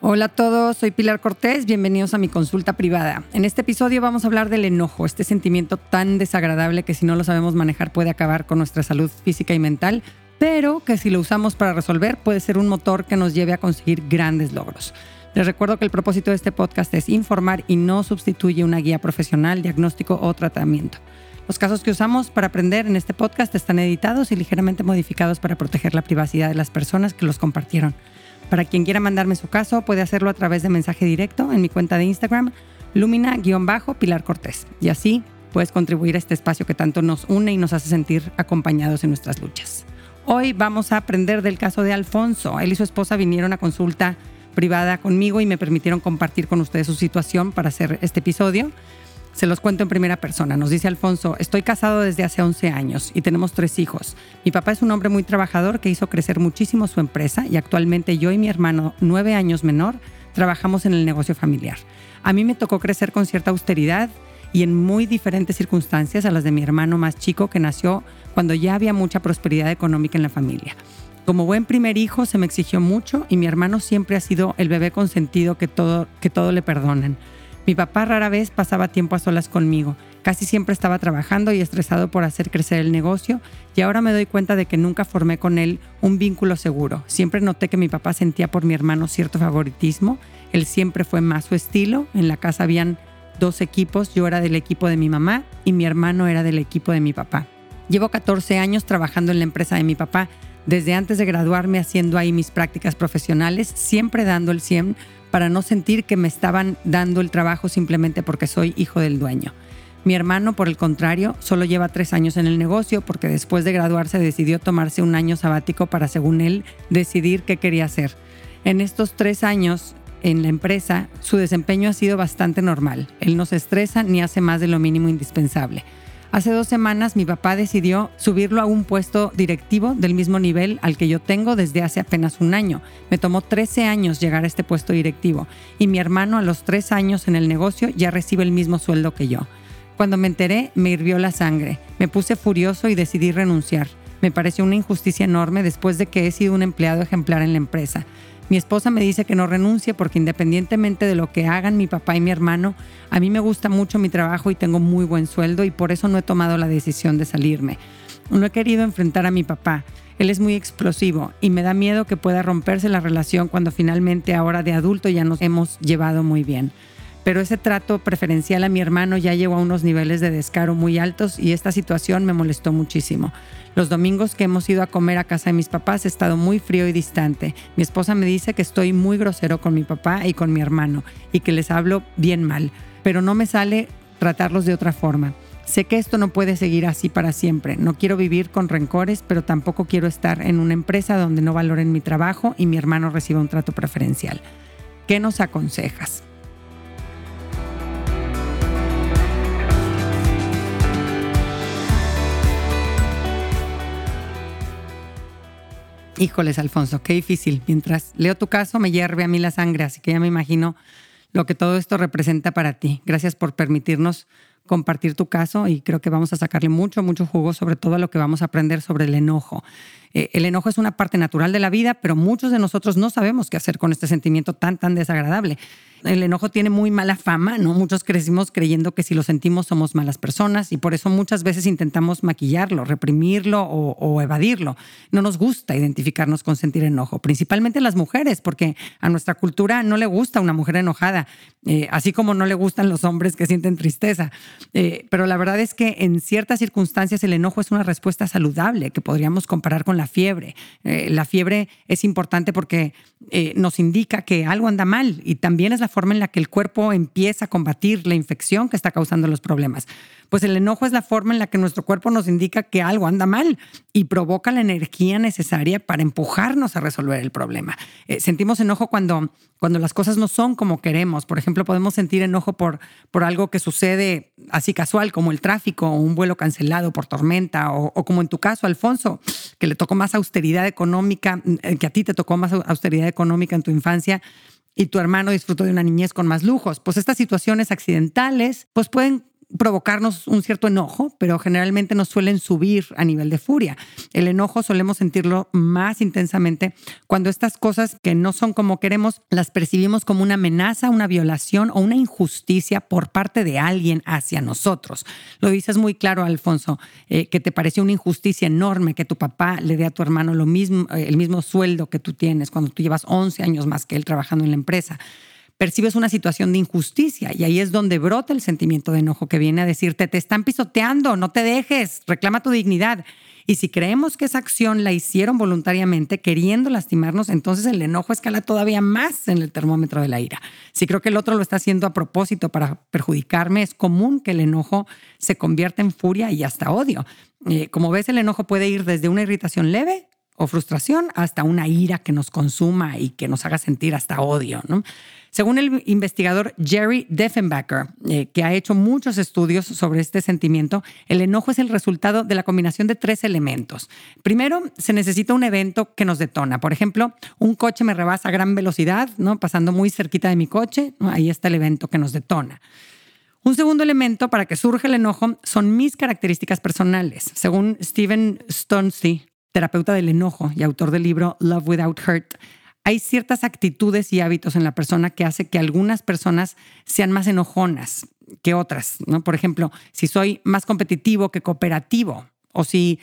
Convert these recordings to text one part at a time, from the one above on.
Hola a todos, soy Pilar Cortés, bienvenidos a mi consulta privada. En este episodio vamos a hablar del enojo, este sentimiento tan desagradable que si no lo sabemos manejar puede acabar con nuestra salud física y mental, pero que si lo usamos para resolver puede ser un motor que nos lleve a conseguir grandes logros. Les recuerdo que el propósito de este podcast es informar y no sustituye una guía profesional, diagnóstico o tratamiento. Los casos que usamos para aprender en este podcast están editados y ligeramente modificados para proteger la privacidad de las personas que los compartieron. Para quien quiera mandarme su caso, puede hacerlo a través de mensaje directo en mi cuenta de Instagram, Lumina_Pilar Cortés. Y así puedes contribuir a este espacio que tanto nos une y nos hace sentir acompañados en nuestras luchas. Hoy vamos a aprender del caso de Alfonso. Él y su esposa vinieron a consulta privada conmigo y me permitieron compartir con ustedes su situación para hacer este episodio. Se los cuento en primera persona. Nos dice Alfonso: estoy casado desde hace 11 años y tenemos 3 hijos. Mi papá es un hombre muy trabajador que hizo crecer muchísimo su empresa y actualmente yo y mi hermano, 9 años menor, trabajamos en el negocio familiar. A mí me tocó crecer con cierta austeridad y en muy diferentes circunstancias a las de mi hermano más chico, que nació cuando ya había mucha prosperidad económica en la familia. Como buen primer hijo se me exigió mucho y mi hermano siempre ha sido el bebé consentido que todo le perdonan. Mi papá rara vez pasaba tiempo a solas conmigo. Casi siempre estaba trabajando y estresado por hacer crecer el negocio, y ahora me doy cuenta de que nunca formé con él un vínculo seguro. Siempre noté que mi papá sentía por mi hermano cierto favoritismo. Él siempre fue más su estilo. En la casa habían 2 equipos. Yo era del equipo de mi mamá y mi hermano era del equipo de mi papá. Llevo 14 años trabajando en la empresa de mi papá. Desde antes de graduarme, haciendo ahí mis prácticas profesionales, siempre dando el 100 para no sentir que me estaban dando el trabajo simplemente porque soy hijo del dueño. Mi hermano, por el contrario, solo lleva 3 años en el negocio porque después de graduarse decidió tomarse un año sabático para, según él, decidir qué quería hacer. En estos 3 años en la empresa, su desempeño ha sido bastante normal. Él no se estresa ni hace más de lo mínimo indispensable. Hace 2 semanas mi papá decidió subirlo a un puesto directivo del mismo nivel al que yo tengo desde hace apenas un año. Me tomó 13 años llegar a este puesto directivo y mi hermano a los 3 años en el negocio ya recibe el mismo sueldo que yo. Cuando me enteré, me hirvió la sangre. Me puse furioso y decidí renunciar. Me pareció una injusticia enorme después de que he sido un empleado ejemplar en la empresa. Mi esposa me dice que no renuncie porque independientemente de lo que hagan mi papá y mi hermano, a mí me gusta mucho mi trabajo y tengo muy buen sueldo y por eso no he tomado la decisión de salirme. No he querido enfrentar a mi papá. Él es muy explosivo y me da miedo que pueda romperse la relación cuando finalmente ahora de adulto ya nos hemos llevado muy bien. Pero ese trato preferencial a mi hermano ya llegó a unos niveles de descaro muy altos y esta situación me molestó muchísimo. Los domingos que hemos ido a comer a casa de mis papás he estado muy frío y distante. Mi esposa me dice que estoy muy grosero con mi papá y con mi hermano y que les hablo bien mal, pero no me sale tratarlos de otra forma. Sé que esto no puede seguir así para siempre. No quiero vivir con rencores, pero tampoco quiero estar en una empresa donde no valoren mi trabajo y mi hermano reciba un trato preferencial. ¿Qué nos aconsejas? Híjoles, Alfonso, qué difícil. Mientras leo tu caso me hierve a mí la sangre, así que ya me imagino lo que todo esto representa para ti. Gracias por permitirnos compartir tu caso y creo que vamos a sacarle mucho jugo, sobre todo a lo que vamos a aprender sobre el enojo. El enojo es una parte natural de la vida, pero muchos de nosotros no sabemos qué hacer con este sentimiento tan desagradable. El enojo tiene muy mala fama, ¿no? Muchos crecimos creyendo que si lo sentimos somos malas personas y por eso muchas veces intentamos maquillarlo, reprimirlo o evadirlo. No nos gusta identificarnos con sentir enojo, principalmente las mujeres, porque a nuestra cultura no le gusta una mujer enojada, así como no le gustan los hombres que sienten tristeza. Pero la verdad es que en ciertas circunstancias el enojo es una respuesta saludable que podríamos comparar con la fiebre. La fiebre es importante porque nos indica que algo anda mal y también es la forma en la que el cuerpo empieza a combatir la infección que está causando los problemas. Pues el enojo es la forma en la que nuestro cuerpo nos indica que algo anda mal y provoca la energía necesaria para empujarnos a resolver el problema. Sentimos enojo cuando las cosas no son como queremos. Por ejemplo, podemos sentir enojo por algo que sucede así casual, como el tráfico o un vuelo cancelado por tormenta, o como en tu caso, Alfonso, que le tocó más austeridad económica, que a ti te tocó más austeridad económica en tu infancia y tu hermano disfrutó de una niñez con más lujos. Pues estas situaciones accidentales pues pueden provocarnos un cierto enojo, pero generalmente nos suelen subir a nivel de furia. El enojo solemos sentirlo más intensamente cuando estas cosas que no son como queremos las percibimos como una amenaza, una violación o una injusticia por parte de alguien hacia nosotros. Lo dices muy claro, Alfonso, que te pareció una injusticia enorme que tu papá le dé a tu hermano lo mismo, el mismo sueldo que tú tienes cuando tú llevas 11 años más que él trabajando en la empresa. Percibes una situación de injusticia y ahí es donde brota el sentimiento de enojo que viene a decirte, te están pisoteando, no te dejes, reclama tu dignidad. Y si creemos que esa acción la hicieron voluntariamente, queriendo lastimarnos, entonces el enojo escala todavía más en el termómetro de la ira. Si creo que el otro lo está haciendo a propósito para perjudicarme, es común que el enojo se convierta en furia y hasta odio. Como ves, el enojo puede ir desde una irritación leve o frustración hasta una ira que nos consuma y que nos haga sentir hasta odio, ¿no? Según el investigador Jerry Diefenbaker, que ha hecho muchos estudios sobre este sentimiento, el enojo es el resultado de la combinación de 3 elementos. Primero, se necesita un evento que nos detona. Por ejemplo, un coche me rebasa a gran velocidad, ¿no? Pasando muy cerquita de mi coche, ¿no? Ahí está el evento que nos detona. Un segundo elemento para que surja el enojo son mis características personales. Según Stephen Stonsi, terapeuta del enojo y autor del libro Love Without Hurt, hay ciertas actitudes y hábitos en la persona que hace que algunas personas sean más enojonas que otras, ¿no? Por ejemplo, si soy más competitivo que cooperativo o si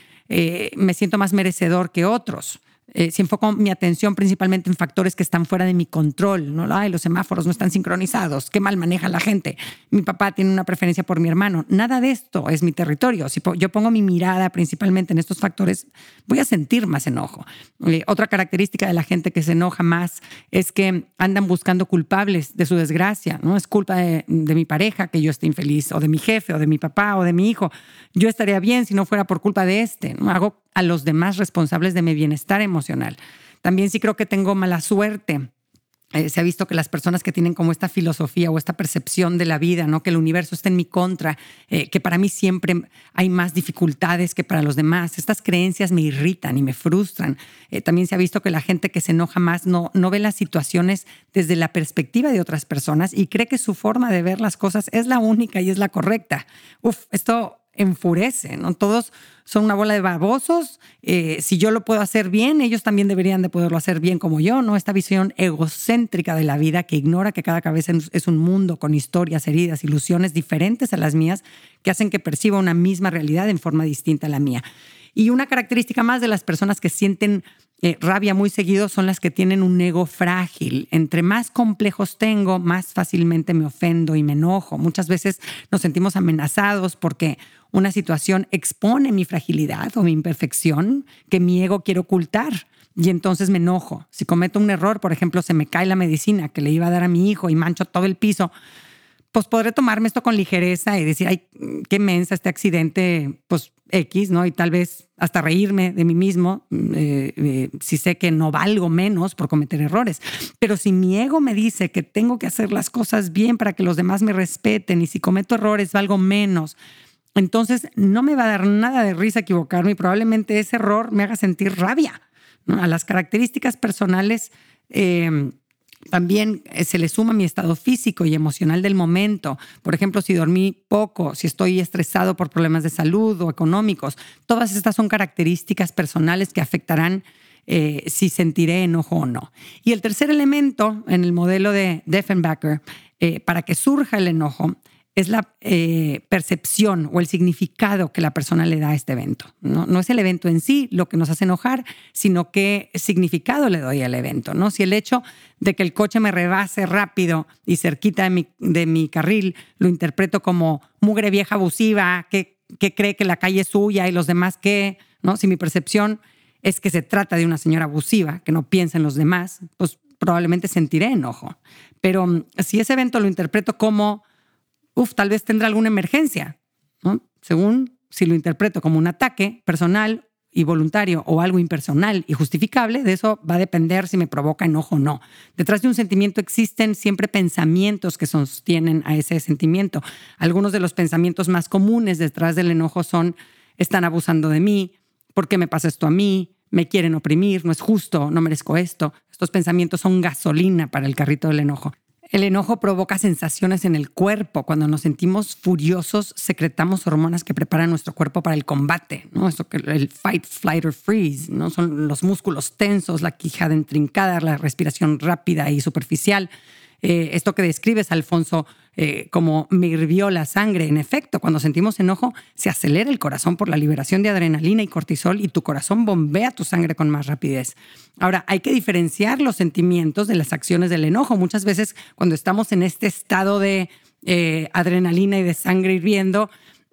me siento más merecedor que otros. Si enfoco mi atención principalmente en factores que están fuera de mi control, ¿no? Ay, los semáforos no están sincronizados, qué mal maneja la gente, mi papá tiene una preferencia por mi hermano. Nada de esto es mi territorio. Si yo pongo mi mirada principalmente en estos factores, voy a sentir más enojo. Otra característica de la gente que se enoja más es que andan buscando culpables de su desgracia, ¿no? Es culpa de mi pareja que yo esté infeliz, o de mi jefe, o de mi papá, o de mi hijo. Yo estaría bien si no fuera por culpa de este, ¿no? Hago a los demás responsables de mi bienestar emocional. También sí creo que tengo mala suerte. Se ha visto que las personas que tienen como esta filosofía o esta percepción de la vida, ¿no? Que el universo está en mi contra, que para mí siempre hay más dificultades que para los demás. Estas creencias me irritan y me frustran. También se ha visto que la gente que se enoja más no ve las situaciones desde la perspectiva de otras personas y cree que su forma de ver las cosas es la única y es la correcta. Esto enfurece, ¿no? Todos son una bola de babosos. Si yo lo puedo hacer bien, ellos también deberían de poderlo hacer bien como yo, ¿no? Esta visión egocéntrica de la vida que ignora que cada cabeza es un mundo con historias, heridas, ilusiones diferentes a las mías que hacen que perciba una misma realidad en forma distinta a la mía. Y una característica más de las personas que sienten rabia muy seguido son las que tienen un ego frágil. Entre más complejos tengo, más fácilmente me ofendo y me enojo. Muchas veces nos sentimos amenazados porque una situación expone mi fragilidad o mi imperfección que mi ego quiere ocultar. Y entonces me enojo. Si cometo un error, por ejemplo, se me cae la medicina que le iba a dar a mi hijo y mancho todo el piso, pues podré tomarme esto con ligereza y decir, ay, qué mensa este accidente, pues X, ¿no? Y tal vez hasta reírme de mí mismo si sé que no valgo menos por cometer errores. Pero si mi ego me dice que tengo que hacer las cosas bien para que los demás me respeten y si cometo errores valgo menos, entonces no me va a dar nada de risa equivocarme y probablemente ese error me haga sentir rabia, ¿no? A las características personales también se le suma mi estado físico y emocional del momento. Por ejemplo, si dormí poco, si estoy estresado por problemas de salud o económicos. Todas estas son características personales que afectarán si sentiré enojo o no. Y el tercer elemento en el modelo de Diefenbaker, para que surja el enojo, es la percepción o el significado que la persona le da a este evento. No es el evento en sí lo que nos hace enojar, sino qué significado le doy al evento, ¿no? Si el hecho de que el coche me rebase rápido y cerquita de mi carril lo interpreto como mugre vieja abusiva, que cree que la calle es suya y los demás qué, ¿no? Si mi percepción es que se trata de una señora abusiva, que no piensa en los demás, pues probablemente sentiré enojo. Pero si ese evento lo interpreto como tal vez tendrá alguna emergencia, ¿no? Según si lo interpreto como un ataque personal y voluntario o algo impersonal y justificable, de eso va a depender si me provoca enojo o no. Detrás de un sentimiento existen siempre pensamientos que sostienen a ese sentimiento. Algunos de los pensamientos más comunes detrás del enojo son: están abusando de mí, ¿por qué me pasa esto a mí? Me quieren oprimir, no es justo, no merezco esto. Estos pensamientos son gasolina para el carrito del enojo. El enojo provoca sensaciones en el cuerpo. Cuando nos sentimos furiosos, secretamos hormonas que preparan nuestro cuerpo para el combate, ¿no? Eso que el fight, flight or freeze, ¿no? Son los músculos tensos, la quijada intrincada, la respiración rápida y superficial. Esto que describes, Alfonso, como me hirvió la sangre. En efecto, cuando sentimos enojo, se acelera el corazón por la liberación de adrenalina y cortisol y tu corazón bombea tu sangre con más rapidez. Ahora, hay que diferenciar los sentimientos de las acciones del enojo. Muchas veces, cuando estamos en este estado de adrenalina y de sangre hirviendo,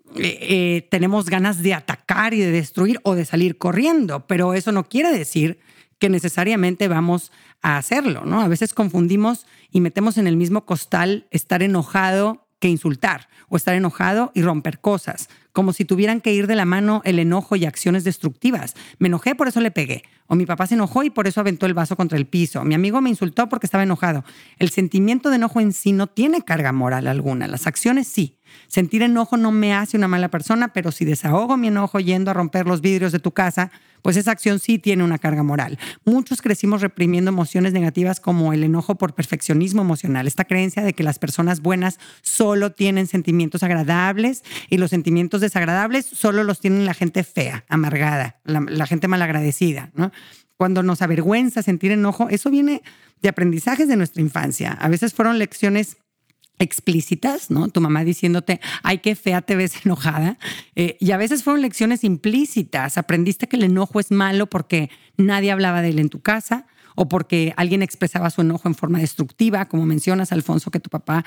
tenemos ganas de atacar y de destruir o de salir corriendo, pero eso no quiere decir que necesariamente vamos a hacerlo, ¿no? A veces confundimos y metemos en el mismo costal estar enojado que insultar, o estar enojado y romper cosas, como si tuvieran que ir de la mano el enojo y acciones destructivas. Me enojé, por eso le pegué. O mi papá se enojó y por eso aventó el vaso contra el piso. Mi amigo me insultó porque estaba enojado. El sentimiento de enojo en sí no tiene carga moral alguna. Las acciones sí. Sentir enojo no me hace una mala persona, pero si desahogo mi enojo yendo a romper los vidrios de tu casa, pues esa acción sí tiene una carga moral. Muchos crecimos reprimiendo emociones negativas como el enojo por perfeccionismo emocional, esta creencia de que las personas buenas solo tienen sentimientos agradables y los sentimientos desagradables solo los tienen la gente fea, amargada, la gente malagradecida, ¿no? Cuando nos avergüenza sentir enojo, eso viene de aprendizajes de nuestra infancia. A veces fueron lecciones explícitas, ¿no? Tu mamá diciéndote, ay, qué fea te ves enojada. Y a veces fueron lecciones implícitas. Aprendiste que el enojo es malo porque nadie hablaba de él en tu casa o porque alguien expresaba su enojo en forma destructiva, como mencionas, Alfonso, que tu papá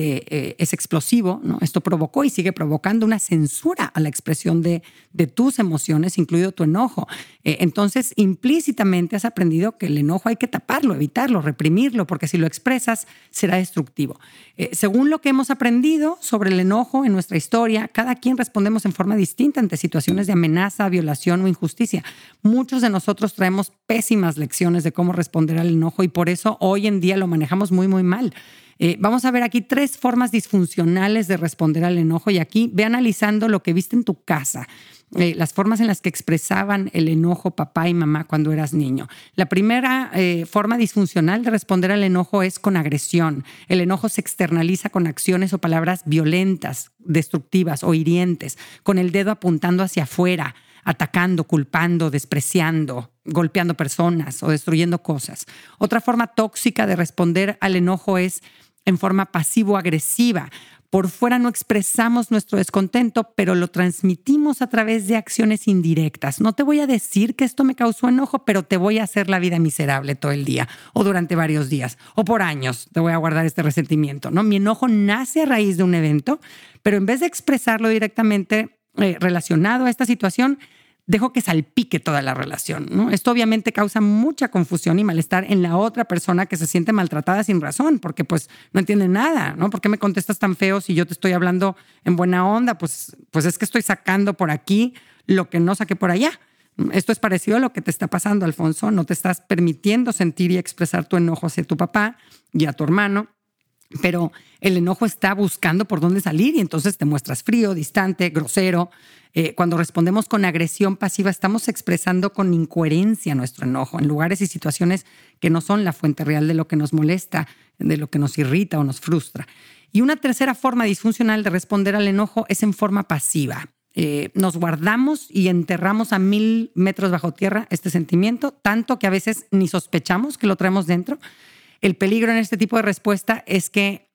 es explosivo, ¿no? Esto provocó y sigue provocando una censura a la expresión de tus emociones, incluido tu enojo. Entonces, implícitamente has aprendido que el enojo hay que taparlo, evitarlo, reprimirlo, porque si lo expresas será destructivo. Según lo que hemos aprendido sobre el enojo en nuestra historia, cada quien respondemos en forma distinta ante situaciones de amenaza, violación o injusticia. Muchos de nosotros traemos pésimas lecciones de cómo responder al enojo y por eso hoy en día lo manejamos muy, muy mal. Vamos a ver aquí 3 formas disfuncionales de responder al enojo y aquí ve analizando lo que viste en tu casa, las formas en las que expresaban el enojo papá y mamá cuando eras niño. La primera forma disfuncional de responder al enojo es con agresión. El enojo se externaliza con acciones o palabras violentas, destructivas o hirientes, con el dedo apuntando hacia afuera, atacando, culpando, despreciando, golpeando personas o destruyendo cosas. Otra forma tóxica de responder al enojo es en forma pasivo-agresiva. Por fuera no expresamos nuestro descontento, pero lo transmitimos a través de acciones indirectas. No te voy a decir que esto me causó enojo, pero te voy a hacer la vida miserable todo el día o durante varios días o por años te voy a guardar este resentimiento, ¿no? Mi enojo nace a raíz de un evento, pero en vez de expresarlo directamente relacionado a esta situación, dejo que salpique toda la relación, ¿no? Esto obviamente causa mucha confusión y malestar en la otra persona que se siente maltratada sin razón, porque pues no entiende nada, ¿no? ¿Por qué me contestas tan feo si yo te estoy hablando en buena onda? Pues es que estoy sacando por aquí lo que no saqué por allá. Esto es parecido a lo que te está pasando, Alfonso. No te estás permitiendo sentir y expresar tu enojo hacia tu papá y a tu hermano, pero el enojo está buscando por dónde salir y entonces te muestras frío, distante, grosero. Cuando respondemos con agresión pasiva, estamos expresando con incoherencia nuestro enojo en lugares y situaciones que no son la fuente real de lo que nos molesta, de lo que nos irrita o nos frustra. Y una tercera forma disfuncional de responder al enojo es en forma pasiva. Nos guardamos y enterramos a 1000 metros bajo tierra este sentimiento, tanto que a veces ni sospechamos que lo traemos dentro. El peligro en este tipo de respuesta es que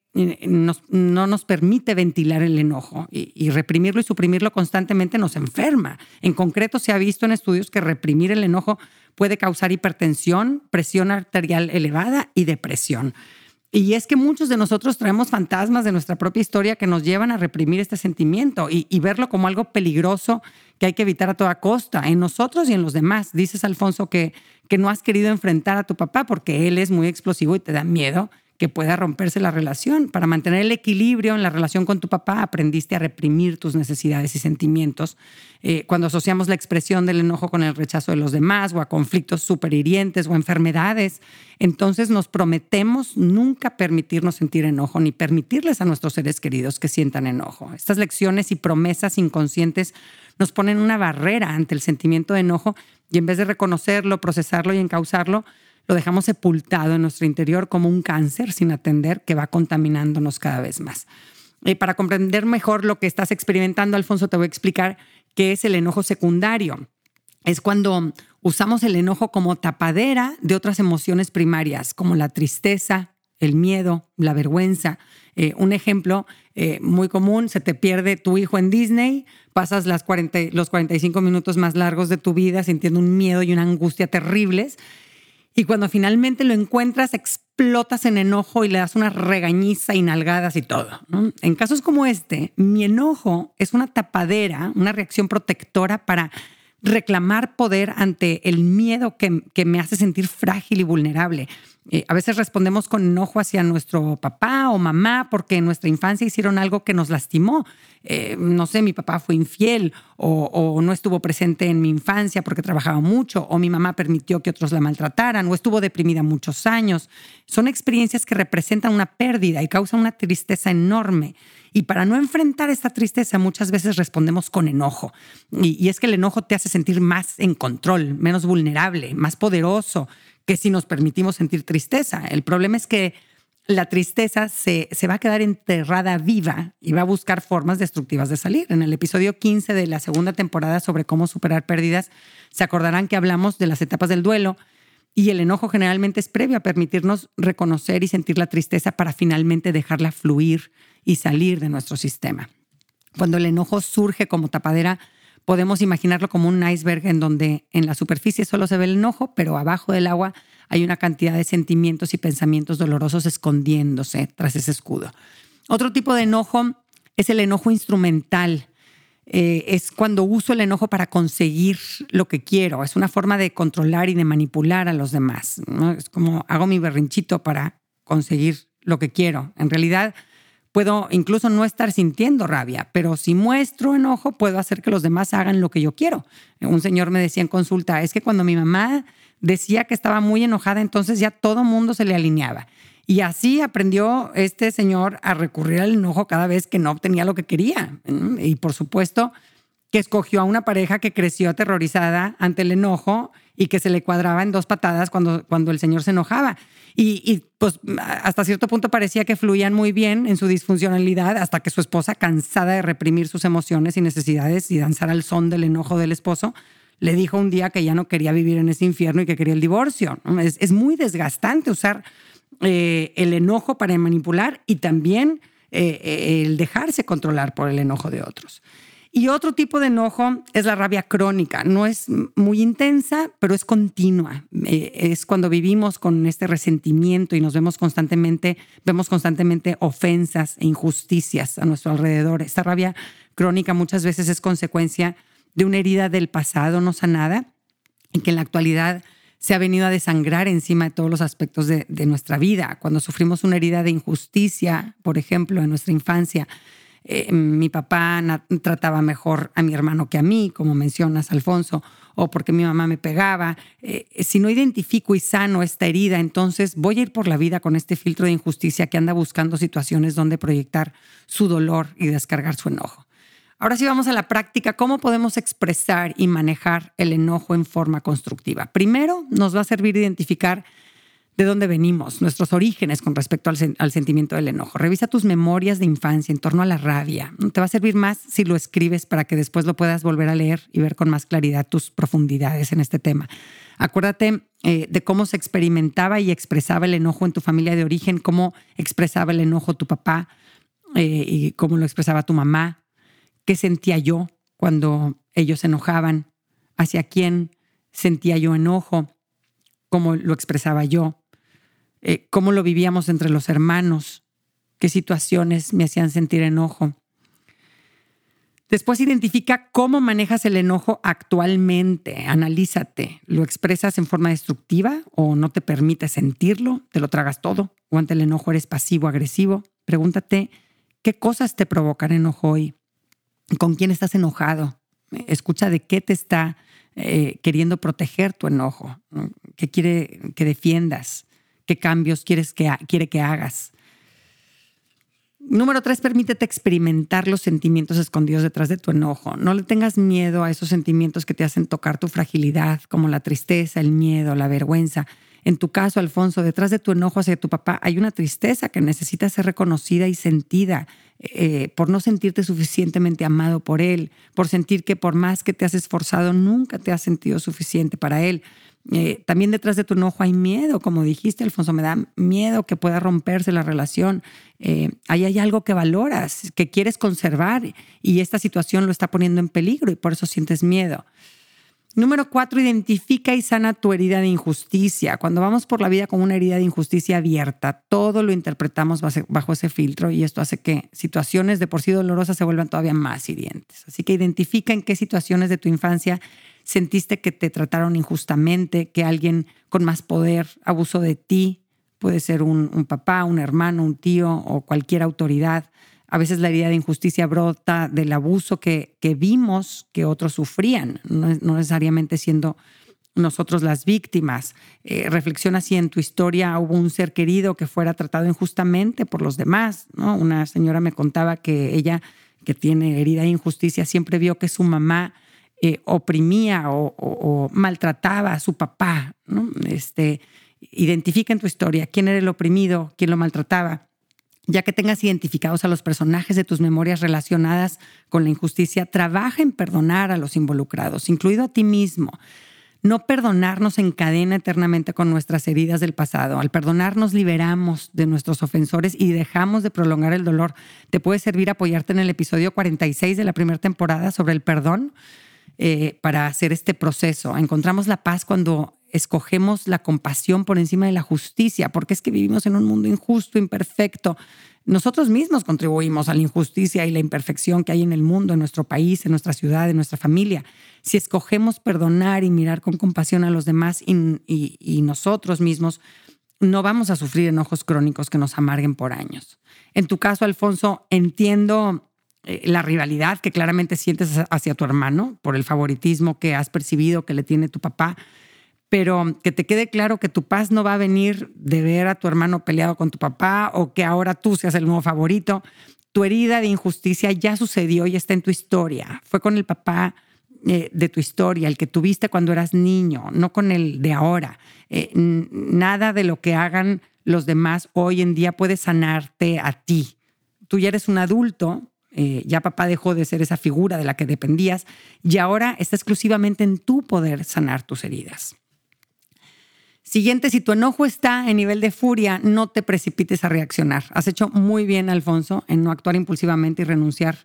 no nos permite ventilar el enojo y reprimirlo y suprimirlo constantemente nos enferma. En concreto, se ha visto en estudios que reprimir el enojo puede causar hipertensión, presión arterial elevada y depresión. Y es que muchos de nosotros traemos fantasmas de nuestra propia historia que nos llevan a reprimir este sentimiento y verlo como algo peligroso que hay que evitar a toda costa, en nosotros y en los demás. Dices, Alfonso, que no has querido enfrentar a tu papá porque él es muy explosivo y te da miedo que pueda romperse la relación. Para mantener el equilibrio en la relación con tu papá, aprendiste a reprimir tus necesidades y sentimientos. Cuando asociamos la expresión del enojo con el rechazo de los demás o a conflictos súper hirientes o enfermedades, entonces nos prometemos nunca permitirnos sentir enojo ni permitirles a nuestros seres queridos que sientan enojo. Estas lecciones y promesas inconscientes nos ponen una barrera ante el sentimiento de enojo y en vez de reconocerlo, procesarlo y encauzarlo, lo dejamos sepultado en nuestro interior como un cáncer sin atender que va contaminándonos cada vez más. Para comprender mejor lo que estás experimentando, Alfonso, te voy a explicar qué es el enojo secundario. Es cuando usamos el enojo como tapadera de otras emociones primarias, como la tristeza, el miedo, la vergüenza. Un ejemplo muy común: se te pierde tu hijo en Disney, pasas los 45 minutos más largos de tu vida sintiendo un miedo y una angustia terribles, y cuando finalmente lo encuentras, explotas en enojo y le das una regañiza y nalgadas y todo, ¿no? En casos como este, mi enojo es una tapadera, una reacción protectora para reclamar poder ante el miedo que me hace sentir frágil y vulnerable. A veces respondemos con enojo hacia nuestro papá o mamá porque en nuestra infancia hicieron algo que nos lastimó. No sé, mi papá fue infiel o no estuvo presente en mi infancia porque trabajaba mucho, o mi mamá permitió que otros la maltrataran, o estuvo deprimida muchos años. Son experiencias que representan una pérdida y causan una tristeza enorme. Y para no enfrentar esta tristeza, muchas veces respondemos con enojo. Y es que el enojo te hace sentir más en control, menos vulnerable, más poderoso que si nos permitimos sentir tristeza. El problema es que la tristeza se va a quedar enterrada viva y va a buscar formas destructivas de salir. En el episodio 15 de la segunda temporada sobre cómo superar pérdidas, se acordarán que hablamos de las etapas del duelo, y el enojo generalmente es previo a permitirnos reconocer y sentir la tristeza para finalmente dejarla fluir y salir de nuestro sistema. Cuando el enojo surge como tapadera, podemos imaginarlo como un iceberg en donde en la superficie solo se ve el enojo, pero abajo del agua hay una cantidad de sentimientos y pensamientos dolorosos escondiéndose tras ese escudo. Otro tipo de enojo es el enojo instrumental. Es cuando uso el enojo para conseguir lo que quiero. Es una forma de controlar y de manipular a los demás, ¿no? Es como hago mi berrinchito para conseguir lo que quiero. En realidad, puedo incluso no estar sintiendo rabia, pero si muestro enojo, puedo hacer que los demás hagan lo que yo quiero. Un señor me decía en consulta, es que cuando mi mamá decía que estaba muy enojada, entonces ya todo mundo se le alineaba. Y así aprendió este señor a recurrir al enojo cada vez que no obtenía lo que quería. Y por supuesto que escogió a una pareja que creció aterrorizada ante el enojo y que se le cuadraba en dos patadas cuando el señor se enojaba. Y pues hasta cierto punto parecía que fluían muy bien en su disfuncionalidad, hasta que su esposa, cansada de reprimir sus emociones y necesidades y danzar al son del enojo del esposo, le dijo un día que ya no quería vivir en ese infierno y que quería el divorcio. Es muy desgastante usar el enojo para manipular y también el dejarse controlar por el enojo de otros. Y otro tipo de enojo es la rabia crónica. No es muy intensa, pero es continua. Es cuando vivimos con este resentimiento y vemos constantemente ofensas e injusticias a nuestro alrededor. Esta rabia crónica muchas veces es consecuencia de una herida del pasado no sanada y que en la actualidad se ha venido a desangrar encima de todos los aspectos de nuestra vida. Cuando sufrimos una herida de injusticia, por ejemplo, en nuestra infancia, mi papá trataba mejor a mi hermano que a mí, como mencionas, Alfonso, o porque mi mamá me pegaba. Si no identifico y sano esta herida, entonces voy a ir por la vida con este filtro de injusticia que anda buscando situaciones donde proyectar su dolor y descargar su enojo. Ahora sí vamos a la práctica. ¿Cómo podemos expresar y manejar el enojo en forma constructiva? Primero, nos va a servir identificar de dónde venimos, nuestros orígenes con respecto al sentimiento del enojo. Revisa tus memorias de infancia en torno a la rabia. Te va a servir más si lo escribes para que después lo puedas volver a leer y ver con más claridad tus profundidades en este tema. Acuérdate de cómo se experimentaba y expresaba el enojo en tu familia de origen, cómo expresaba el enojo tu papá y cómo lo expresaba tu mamá. ¿Qué sentía yo cuando ellos se enojaban? ¿Hacia quién sentía yo enojo? ¿Cómo lo expresaba yo? ¿Cómo lo vivíamos entre los hermanos? ¿Qué situaciones me hacían sentir enojo? Después identifica cómo manejas el enojo actualmente. Analízate. ¿Lo expresas en forma destructiva o no te permites sentirlo? ¿Te lo tragas todo? ¿O ante el enojo eres pasivo-agresivo? Pregúntate, ¿qué cosas te provocan enojo hoy? ¿Con quién estás enojado? Escucha de qué te está queriendo proteger tu enojo, ¿no? ¿Qué quiere que defiendas? ¿Qué cambios quiere que hagas? Número 3, permítete experimentar los sentimientos escondidos detrás de tu enojo. No le tengas miedo a esos sentimientos que te hacen tocar tu fragilidad, como la tristeza, el miedo, la vergüenza. En tu caso, Alfonso, detrás de tu enojo hacia tu papá hay una tristeza que necesita ser reconocida y sentida por no sentirte suficientemente amado por él, por sentir que por más que te has esforzado, nunca te has sentido suficiente para él. También detrás de tu enojo hay miedo, como dijiste, Alfonso, me da miedo que pueda romperse la relación. Ahí hay algo que valoras, que quieres conservar y esta situación lo está poniendo en peligro y por eso sientes miedo. Número 4, identifica y sana tu herida de injusticia. Cuando vamos por la vida con una herida de injusticia abierta, todo lo interpretamos bajo ese filtro y esto hace que situaciones de por sí dolorosas se vuelvan todavía más hirientes. Así que identifica en qué situaciones de tu infancia sentiste que te trataron injustamente, que alguien con más poder abusó de ti. Puede ser un papá, un hermano, un tío o cualquier autoridad. A veces la herida de injusticia brota del abuso que vimos que otros sufrían, no necesariamente siendo nosotros las víctimas. Reflexiona si en tu historia hubo un ser querido que fuera tratado injustamente por los demás, ¿no? Una señora me contaba que ella, que tiene herida de injusticia, siempre vio que su mamá oprimía o maltrataba a su papá, ¿no? Identifica en tu historia quién era el oprimido, quién lo maltrataba. Ya que tengas identificados a los personajes de tus memorias relacionadas con la injusticia, trabaja en perdonar a los involucrados, incluido a ti mismo. No perdonar nos encadena eternamente con nuestras heridas del pasado. Al perdonar nos liberamos de nuestros ofensores y dejamos de prolongar el dolor. Te puede servir apoyarte en el episodio 46 de la primera temporada sobre el perdón para hacer este proceso. Encontramos la paz cuando escogemos la compasión por encima de la justicia, porque es que vivimos en un mundo injusto, imperfecto. Nosotros mismos contribuimos a la injusticia y la imperfección que hay en el mundo, en nuestro país, en nuestra ciudad, en nuestra familia. Si escogemos perdonar y mirar con compasión a los demás y nosotros mismos, no vamos a sufrir enojos crónicos que nos amarguen por años. En tu caso, Alfonso, entiendo la rivalidad que claramente sientes hacia tu hermano por el favoritismo que has percibido que le tiene tu papá, pero que te quede claro que tu paz no va a venir de ver a tu hermano peleado con tu papá o que ahora tú seas el nuevo favorito. Tu herida de injusticia ya sucedió y está en tu historia. Fue con el papá de tu historia, el que tuviste cuando eras niño, no con el de ahora. Nada de lo que hagan los demás hoy en día puede sanarte a ti. Tú ya eres un adulto, ya papá dejó de ser esa figura de la que dependías y ahora está exclusivamente en tu poder sanar tus heridas. Siguiente, si tu enojo está en nivel de furia, no te precipites a reaccionar. Has hecho muy bien, Alfonso, en no actuar impulsivamente y renunciar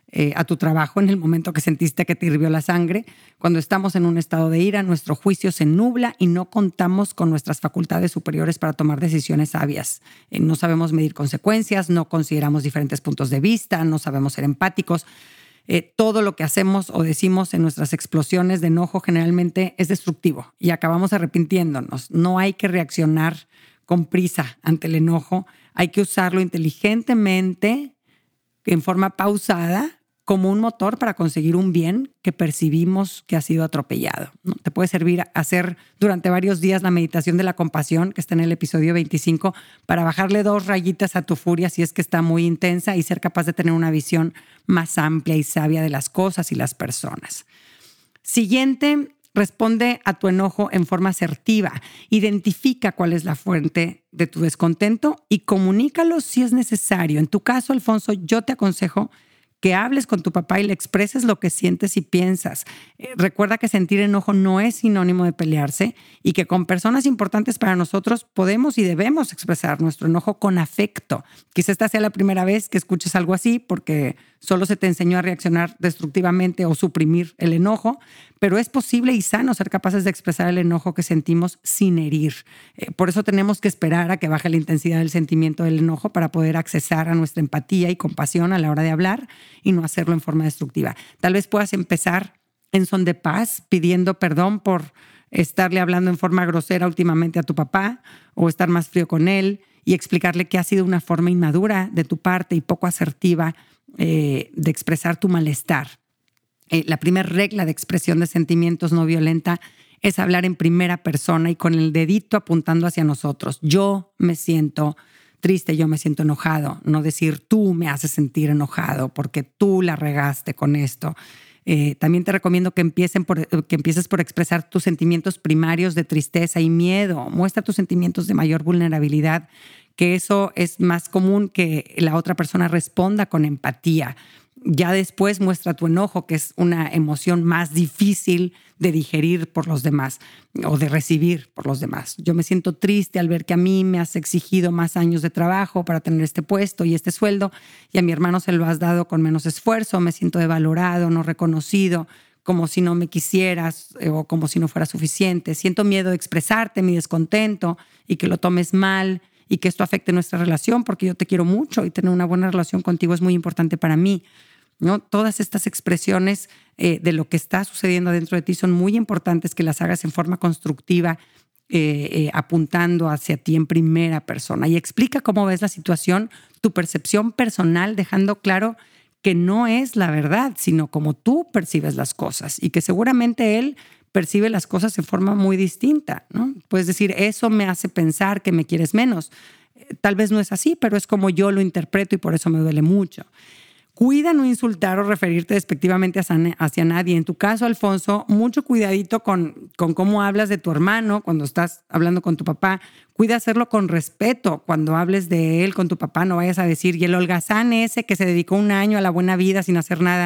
a tu trabajo en el momento que sentiste que te hirvió la sangre. Cuando estamos en un estado de ira, nuestro juicio se nubla y no contamos con nuestras facultades superiores para tomar decisiones sabias. No sabemos medir consecuencias, no consideramos diferentes puntos de vista, no sabemos ser empáticos. Todo lo que hacemos o decimos en nuestras explosiones de enojo generalmente es destructivo y acabamos arrepintiéndonos. No hay que reaccionar con prisa ante el enojo. Hay que usarlo inteligentemente, en forma pausada, como un motor para conseguir un bien que percibimos que ha sido atropellado, ¿no? Te puede servir hacer durante varios días la meditación de la compasión, que está en el episodio 25, para bajarle 2 rayitas a tu furia si es que está muy intensa y ser capaz de tener una visión más amplia y sabia de las cosas y las personas. Siguiente, responde a tu enojo en forma asertiva. Identifica cuál es la fuente de tu descontento y comunícalo si es necesario. En tu caso, Alfonso, yo te aconsejo que hables con tu papá y le expreses lo que sientes y piensas. Recuerda que sentir enojo no es sinónimo de pelearse y que con personas importantes para nosotros podemos y debemos expresar nuestro enojo con afecto. Quizá esta sea la primera vez que escuches algo así porque solo se te enseñó a reaccionar destructivamente o suprimir el enojo, pero es posible y sano ser capaces de expresar el enojo que sentimos sin herir. Por eso tenemos que esperar a que baje la intensidad del sentimiento del enojo para poder accesar a nuestra empatía y compasión a la hora de hablar y no hacerlo en forma destructiva. Tal vez puedas empezar en son de paz, pidiendo perdón por estarle hablando en forma grosera últimamente a tu papá o estar más frío con él y explicarle que ha sido una forma inmadura de tu parte y poco asertiva de expresar tu malestar. La primera regla de expresión de sentimientos no violenta es hablar en primera persona y con el dedito apuntando hacia nosotros. Yo me siento triste, yo me siento enojado. No decir tú me haces sentir enojado porque tú la regaste con esto. También te recomiendo que empieces por expresar tus sentimientos primarios de tristeza y miedo. Muestra tus sentimientos de mayor vulnerabilidad, que eso es más común que la otra persona responda con empatía. Ya después muestra tu enojo, que es una emoción más difícil de digerir por los demás o de recibir por los demás. Yo me siento triste al ver que a mí me has exigido más años de trabajo para tener este puesto y este sueldo, y a mi hermano se lo has dado con menos esfuerzo. Me siento devalorado, no reconocido, como si no me quisieras o como si no fuera suficiente. Siento miedo de expresarte mi descontento y que lo tomes mal y que esto afecte nuestra relación, porque yo te quiero mucho y tener una buena relación contigo es muy importante para mí, ¿no? Todas estas expresiones de lo que está sucediendo dentro de ti son muy importantes que las hagas en forma constructiva, apuntando hacia ti en primera persona. Y explica cómo ves la situación, tu percepción personal, dejando claro que no es la verdad, sino como tú percibes las cosas y que seguramente él percibe las cosas de forma muy distinta, ¿no? Puedes decir, eso me hace pensar que me quieres menos. Tal vez no es así, pero es como yo lo interpreto y por eso me duele mucho. Cuida no insultar o referirte despectivamente hacia nadie. En tu caso, Alfonso, mucho cuidadito con cómo hablas de tu hermano cuando estás hablando con tu papá. Cuida hacerlo con respeto. Cuando hables de él con tu papá, no vayas a decir, y el holgazán ese que se dedicó un año a la buena vida sin hacer nada.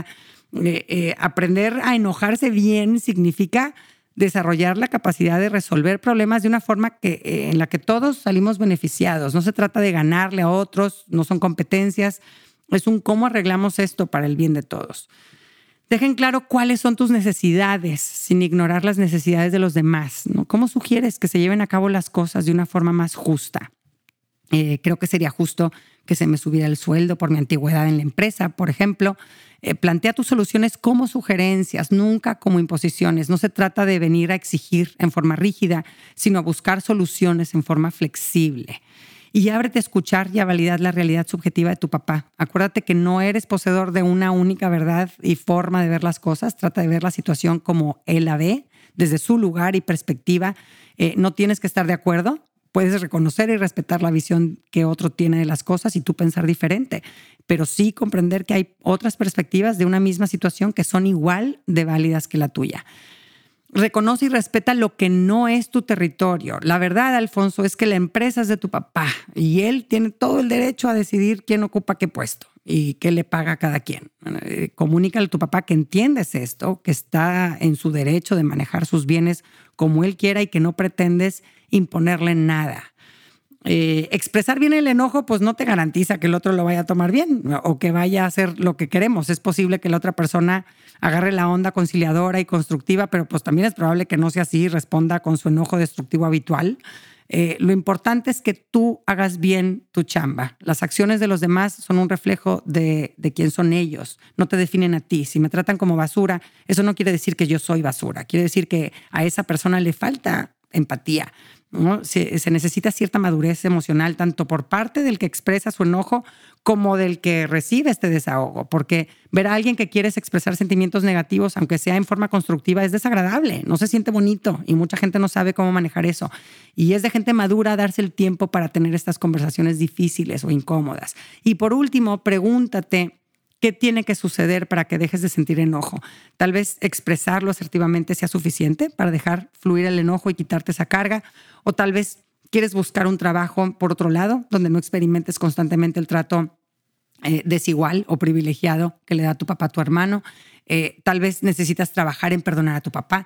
Aprender a enojarse bien significa desarrollar la capacidad de resolver problemas de una forma en la que todos salimos beneficiados. No se trata de ganarle a otros, no son competencias. Es un cómo arreglamos esto para el bien de todos. Dejen claro cuáles son tus necesidades sin ignorar las necesidades de los demás, ¿no? ¿Cómo sugieres que se lleven a cabo las cosas de una forma más justa? Creo que sería justo que se me subiera el sueldo por mi antigüedad en la empresa, por ejemplo. Plantea tus soluciones como sugerencias, nunca como imposiciones. No se trata de venir a exigir en forma rígida, sino a buscar soluciones en forma flexible. Y ábrete a escuchar y a validar la realidad subjetiva de tu papá. Acuérdate que no eres poseedor de una única verdad y forma de ver las cosas. Trata de ver la situación como él la ve, desde su lugar y perspectiva. No tienes que estar de acuerdo. Puedes reconocer y respetar la visión que otro tiene de las cosas y tú pensar diferente, pero sí comprender que hay otras perspectivas de una misma situación que son igual de válidas que la tuya. Reconoce y respeta lo que no es tu territorio. La verdad, Alfonso, es que la empresa es de tu papá y él tiene todo el derecho a decidir quién ocupa qué puesto y qué le paga a cada quien. Comunícale a tu papá que entiendes esto, que está en su derecho de manejar sus bienes como él quiera y que no pretendes imponerle nada. Expresar bien el enojo pues no te garantiza que el otro lo vaya a tomar bien o que vaya a hacer lo que queremos. Es posible que la otra persona agarre la onda conciliadora y constructiva, pero pues también es probable que no sea así y responda con su enojo destructivo habitual. Lo importante es que tú hagas bien tu chamba. Las acciones de los demás son un reflejo de quién son ellos, no te definen a ti. Si me tratan como basura, eso no quiere decir que yo soy basura, quiere decir que a esa persona le falta empatía, ¿no? Se necesita cierta madurez emocional, tanto por parte del que expresa su enojo como del que recibe este desahogo, porque ver a alguien que quieres expresar sentimientos negativos, aunque sea en forma constructiva, es desagradable, no se siente bonito y mucha gente no sabe cómo manejar eso. Y es de gente madura darse el tiempo para tener estas conversaciones difíciles o incómodas. Y por último, pregúntate, ¿qué tiene que suceder para que dejes de sentir enojo? Tal vez expresarlo asertivamente sea suficiente para dejar fluir el enojo y quitarte esa carga, o tal vez quieres buscar un trabajo por otro lado, donde no experimentes constantemente el trato desigual o privilegiado que le da tu papá a tu hermano. Tal vez necesitas trabajar en perdonar a tu papá.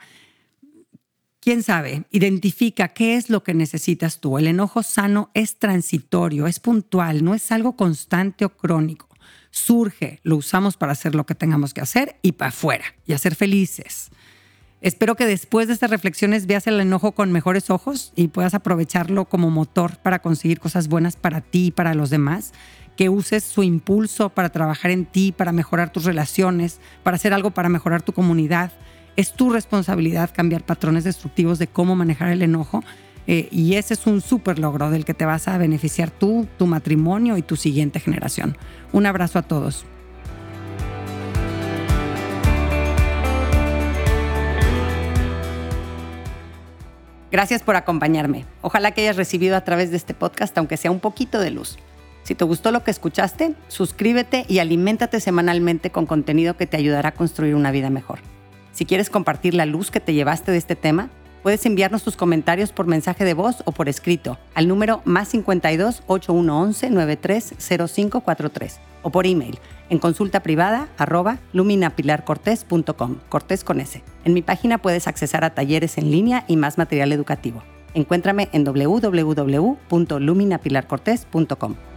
¿Quién sabe? Identifica qué es lo que necesitas tú. El enojo sano es transitorio, es puntual, no es algo constante o crónico. Surge, lo usamos para hacer lo que tengamos que hacer y para afuera y a ser felices. Espero que después de estas reflexiones veas el enojo con mejores ojos y puedas aprovecharlo como motor para conseguir cosas buenas para ti y para los demás, que uses su impulso para trabajar en ti, para mejorar tus relaciones, para hacer algo para mejorar tu comunidad. Es tu responsabilidad cambiar patrones destructivos de cómo manejar el enojo. Y ese es un súper logro del que te vas a beneficiar tú, tu matrimonio y tu siguiente generación. Un abrazo a todos. Gracias por acompañarme. Ojalá que hayas recibido a través de este podcast, aunque sea un poquito de luz. Si te gustó lo que escuchaste, suscríbete y aliméntate semanalmente con contenido que te ayudará a construir una vida mejor. Si quieres compartir la luz que te llevaste de este tema, puedes enviarnos tus comentarios por mensaje de voz o por escrito al número +52 8111 930543 o por email en consultaprivada@luminapilarcortez.com, Cortés con S. En mi página puedes accesar a talleres en línea y más material educativo. Encuéntrame en www.luminapilarcortez.com.